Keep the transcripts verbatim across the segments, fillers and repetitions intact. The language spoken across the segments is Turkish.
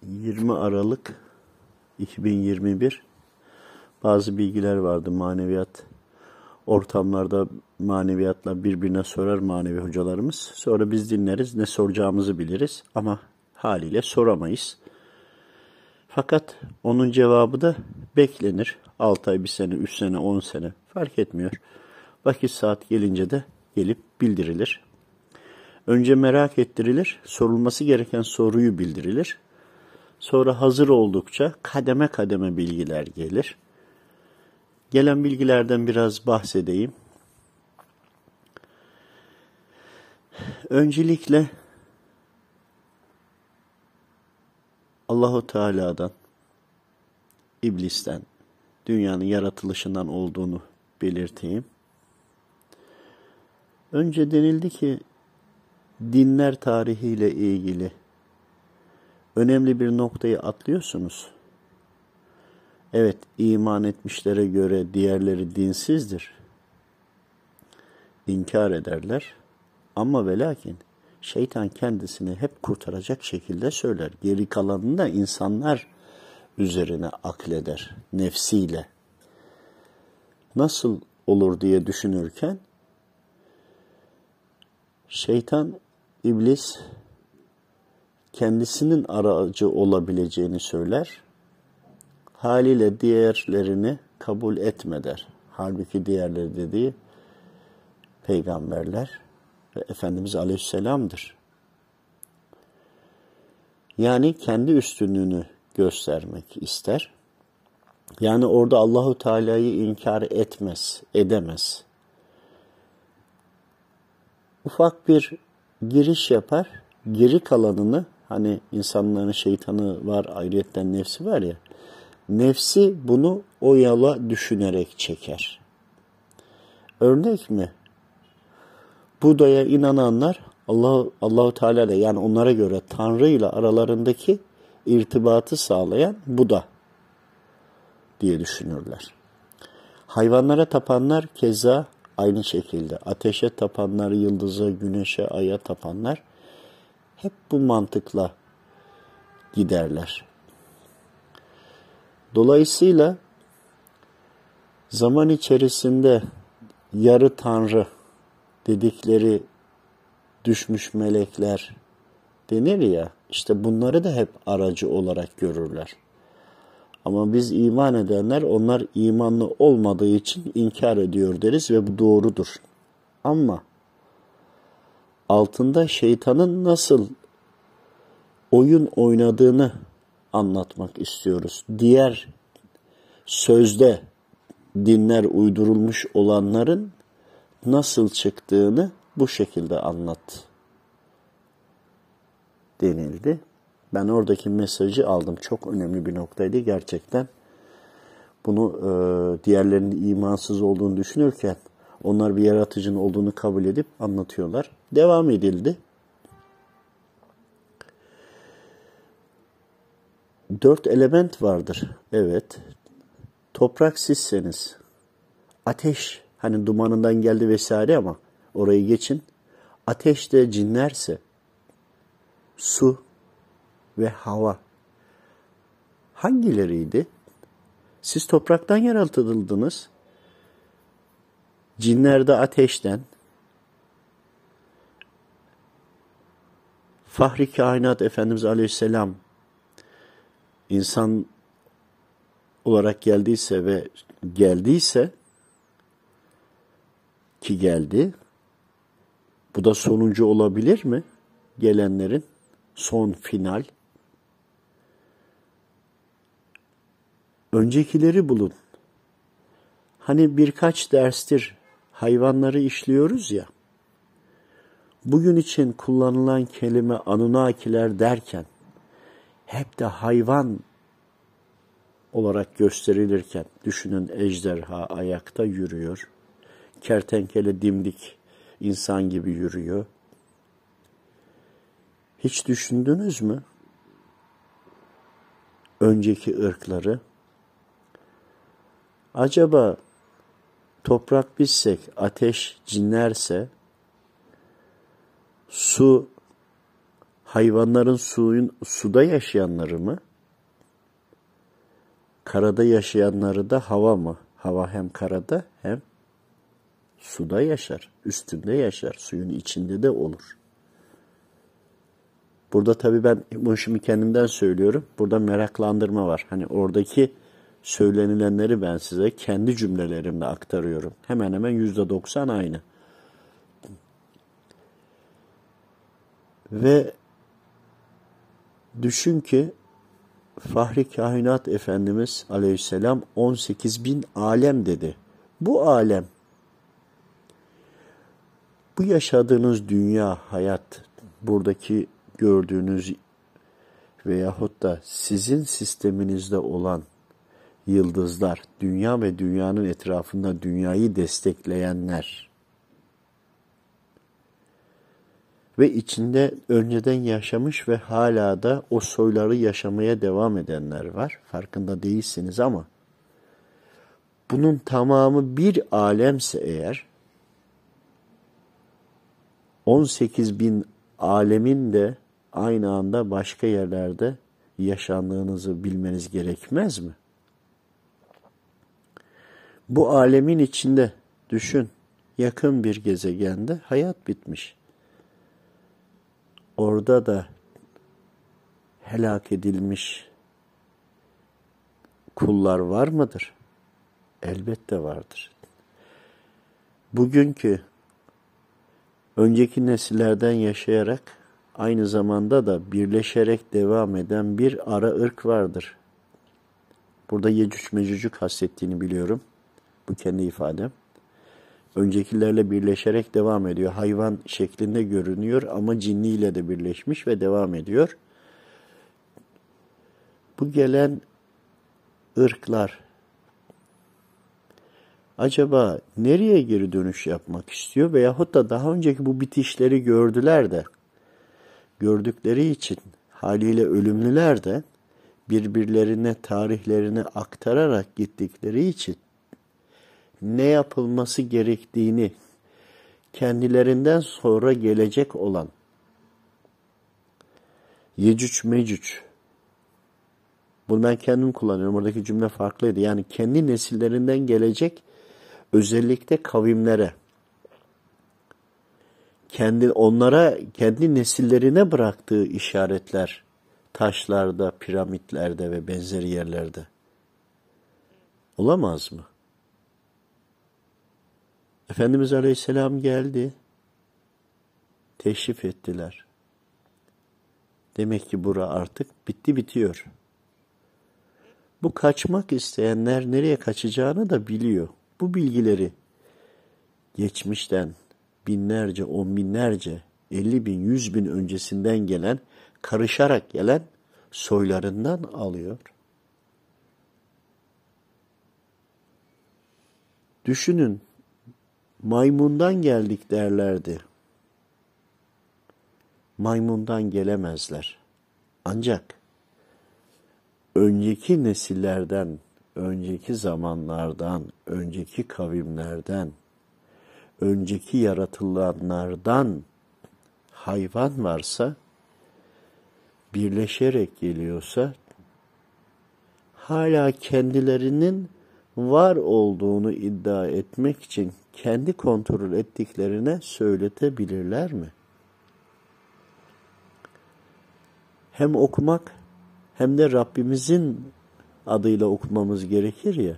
yirmi Aralık iki bin yirmi bir bazı bilgiler vardı maneviyat ortamlarda, maneviyatla birbirine sorar manevi hocalarımız. Sonra biz dinleriz, ne soracağımızı biliriz ama haliyle soramayız. Fakat onun cevabı da beklenir. altı ay, bir sene, üç sene, on sene fark etmiyor. Vakit saat gelince de gelip bildirilir. Önce merak ettirilir, sorulması gereken soruyu bildirilir. Sonra hazır oldukça kademe kademe bilgiler gelir. Gelen bilgilerden biraz bahsedeyim. Öncelikle Allahu Teala'dan, İblisten, dünyanın yaratılışından olduğunu belirteyim. Önce denildi ki dinler tarihiyle ilgili önemli bir noktayı atlıyorsunuz. Evet, iman etmişlere göre diğerleri dinsizdir. İnkar ederler. Ama ve lakin şeytan kendisini hep kurtaracak şekilde söyler. Geri kalanını da insanlar üzerine akleder, nefsiyle. Nasıl olur diye düşünürken şeytan, iblis kendisinin aracı olabileceğini söyler. Haliyle diğerlerini kabul etme der. Halbuki diğerleri dediği peygamberler ve Efendimiz Aleyhisselam'dır. Yani kendi üstünlüğünü göstermek ister. Yani orada Allahu Teala'yı inkar etmez, edemez. Ufak bir giriş yapar, geri kalanını, hani insanların şeytanı var, ayrıyetten nefsi var ya, nefsi bunu o yola düşünerek çeker. Örnek mi? Buda'ya inananlar Allah Allahu Teala ile, yani onlara göre Tanrı ile aralarındaki irtibatı sağlayan Buda diye düşünürler. Hayvanlara tapanlar keza aynı şekilde. Ateşe tapanlar, yıldıza, güneşe, aya tapanlar hep bu mantıkla giderler. Dolayısıyla zaman içerisinde yarı tanrı dedikleri düşmüş melekler denir ya, işte bunları da hep aracı olarak görürler. Ama biz iman edenler, onlar imanlı olmadığı için inkar ediyor deriz ve bu doğrudur. Ama altında şeytanın nasıl oyun oynadığını anlatmak istiyoruz. Diğer sözde dinler uydurulmuş olanların nasıl çıktığını bu şekilde anlat denildi. Ben oradaki mesajı aldım. Çok önemli bir noktaydı gerçekten. Bunu e, diğerlerinin imansız olduğunu düşünürken onlar bir yaratıcının olduğunu kabul edip anlatıyorlar. Devam edildi. Dört element vardır. Evet. Toprak sizseniz. Ateş, hani dumanından geldi vesaire ama orayı geçin. Ateş de cinlerse, su ve hava hangileriydi? Siz topraktan yaratıldınız. Cinler de ateşten. Fahri kainat Efendimiz Aleyhisselam insan olarak geldiyse ve geldiyse ki geldi, bu da sonuncu olabilir mi? Gelenlerin son final. Öncekileri bulun. Hani birkaç derstir hayvanları işliyoruz ya, bugün için kullanılan kelime Anunnakiler derken hep de hayvan olarak gösterilirken, düşünün, ejderha ayakta yürüyor, kertenkele dimdik insan gibi yürüyor. Hiç düşündünüz mü önceki ırkları? Acaba toprak bizsek, ateş cinlerse, su hayvanların suyun, suda yaşayanları mı? Karada yaşayanları da hava mı? Hava hem karada hem suda yaşar. Üstünde yaşar. Suyun içinde de olur. Burada tabii ben bunu şimdi kendimden söylüyorum. Burada meraklandırma var. Hani oradaki söylenilenleri ben size kendi cümlelerimle aktarıyorum. Hemen hemen yüzde doksan aynı. Ve düşün ki Fahri Kainat Efendimiz Aleyhisselam on sekiz bin alem dedi. Bu alem, bu yaşadığınız dünya, hayat, buradaki gördüğünüz veyahut da sizin sisteminizde olan yıldızlar, dünya ve dünyanın etrafında dünyayı destekleyenler ve içinde önceden yaşamış ve hala da o soyları yaşamaya devam edenler var. Farkında değilsiniz ama bunun tamamı bir alemse eğer on sekiz bin alemin de aynı anda başka yerlerde yaşandığınızı bilmeniz gerekmez mi? Bu alemin içinde düşün, yakın bir gezegende hayat bitmiş. Orada da helak edilmiş kullar var mıdır? Elbette vardır. Bugünkü önceki nesillerden yaşayarak aynı zamanda da birleşerek devam eden bir ara ırk vardır. Burada Yecüc Mecüc'ü kastettiğini biliyorum. Bu kendi ifadem. Öncekilerle birleşerek devam ediyor. Hayvan şeklinde görünüyor ama cinniyle de birleşmiş ve devam ediyor. Bu gelen ırklar acaba nereye geri dönüş yapmak istiyor veyahut da daha önceki bu bitişleri gördüler de gördükleri için haliyle ölümlüler de birbirlerine tarihlerini aktararak gittikleri için ne yapılması gerektiğini kendilerinden sonra gelecek olan Yecüc Mecüc, bunu ben kendim kullanıyorum. Oradaki cümle farklıydı. Yani kendi nesillerinden gelecek özellikle kavimlere, kendi onlara, kendi nesillerine bıraktığı işaretler taşlarda, piramitlerde ve benzeri yerlerde olamaz mı? Efendimiz Aleyhisselam geldi, teşrif ettiler. Demek ki bura artık bitti bitiyor. Bu kaçmak isteyenler nereye kaçacağını da biliyor. Bu bilgileri geçmişten binlerce, on binlerce, elli bin, yüz bin öncesinden gelen, karışarak gelen soylarından alıyor. Düşünün, maymundan geldik derlerdi. Maymundan gelemezler. Ancak önceki nesillerden, önceki zamanlardan, önceki kavimlerden, önceki yaratılanlardan hayvan varsa, birleşerek geliyorsa, hala kendilerinin var olduğunu iddia etmek için kendi kontrol ettiklerine söyletebilirler mi? Hem okumak hem de Rabbimizin adıyla okumamız gerekir ya.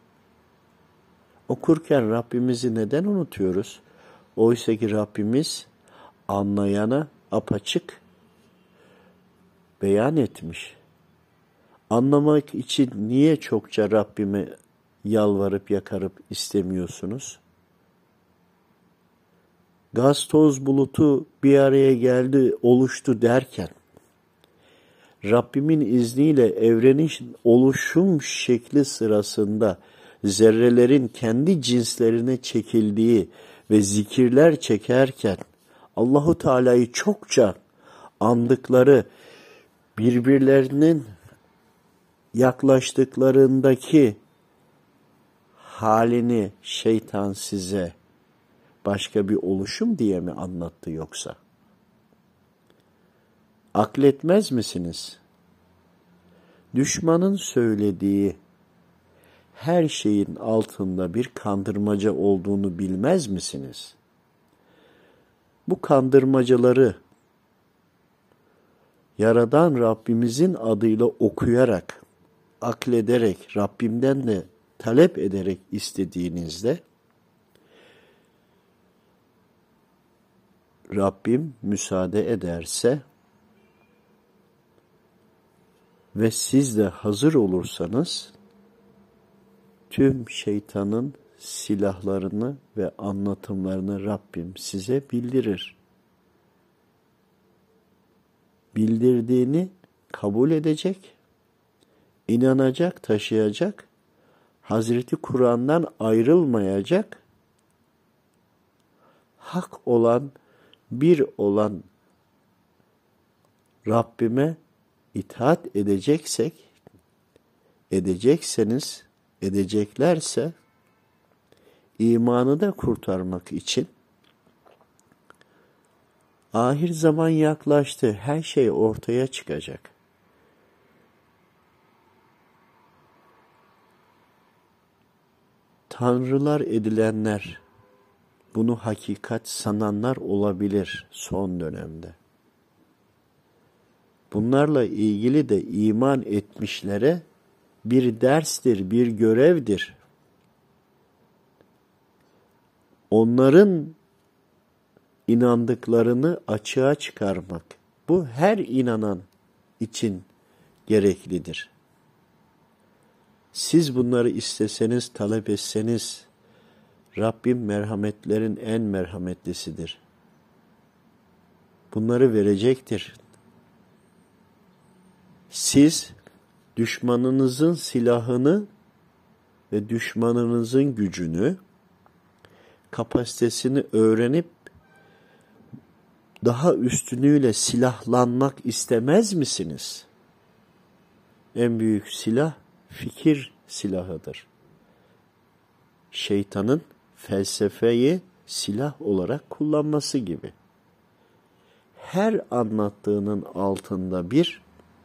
Okurken Rabbimizi neden unutuyoruz? Oysa ki Rabbimiz anlayana apaçık beyan etmiş. Anlamak için niye çokça Rabbime yalvarıp yakarıp istemiyorsunuz? Gaz toz bulutu bir araya geldi, oluştu derken, Rabbimin izniyle evrenin oluşum şekli sırasında zerrelerin kendi cinslerine çekildiği ve zikirler çekerken Allahu Teala'yı çokça andıkları, birbirlerinin yaklaştıklarındaki halini şeytan size başka bir oluşum diye mi anlattı yoksa? Akletmez misiniz? Düşmanın söylediği her şeyin altında bir kandırmaca olduğunu bilmez misiniz? Bu kandırmacaları Yaradan Rabbimizin adıyla okuyarak, aklederek, Rabbimden de talep ederek istediğinizde Rabbim müsaade ederse ve siz de hazır olursanız tüm şeytanın silahlarını ve anlatımlarını Rabbim size bildirir. Bildirdiğini kabul edecek, inanacak, taşıyacak, Hazreti Kur'an'dan ayrılmayacak, hak olan, bir olan Rabbime itaat edeceksek, edecekseniz, edeceklerse, imanı da kurtarmak için ahir zaman yaklaştı. Her şey ortaya çıkacak. Tanrılar edilenler, bunu hakikat sananlar olabilir son dönemde. Bunlarla ilgili de iman etmişlere bir derstir, bir görevdir. Onların inandıklarını açığa çıkarmak. Bu her inanan için gereklidir. Siz bunları isteseniz, talep etseniz, Rabbim merhametlerin en merhametlisidir. Bunları verecektir. Siz düşmanınızın silahını ve düşmanınızın gücünü, kapasitesini öğrenip daha üstünüyle silahlanmak istemez misiniz? En büyük silah fikir silahıdır. Şeytanın felsefeyi silah olarak kullanması gibi. Her anlattığının altında bir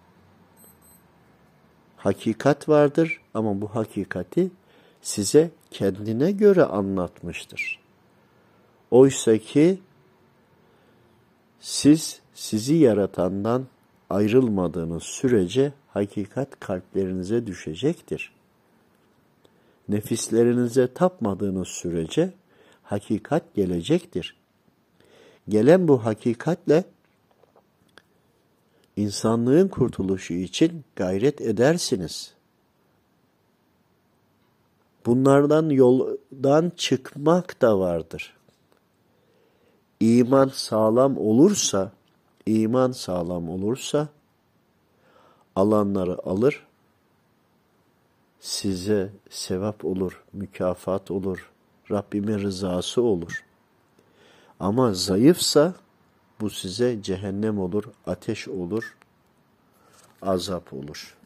hakikat vardır ama bu hakikati size kendine göre anlatmıştır. Oysa ki siz sizi yaratandan ayrılmadığınız sürece hakikat kalplerinize düşecektir. Nefislerinize tapmadığınız sürece hakikat gelecektir. Gelen bu hakikatle insanlığın kurtuluşu için gayret edersiniz. Bunlardan yoldan çıkmak da vardır. İman sağlam olursa, iman sağlam olursa alanları alır, size sevap olur, mükafat olur, Rabbimin rızası olur. Ama zayıfsa bu size cehennem olur, ateş olur, azap olur.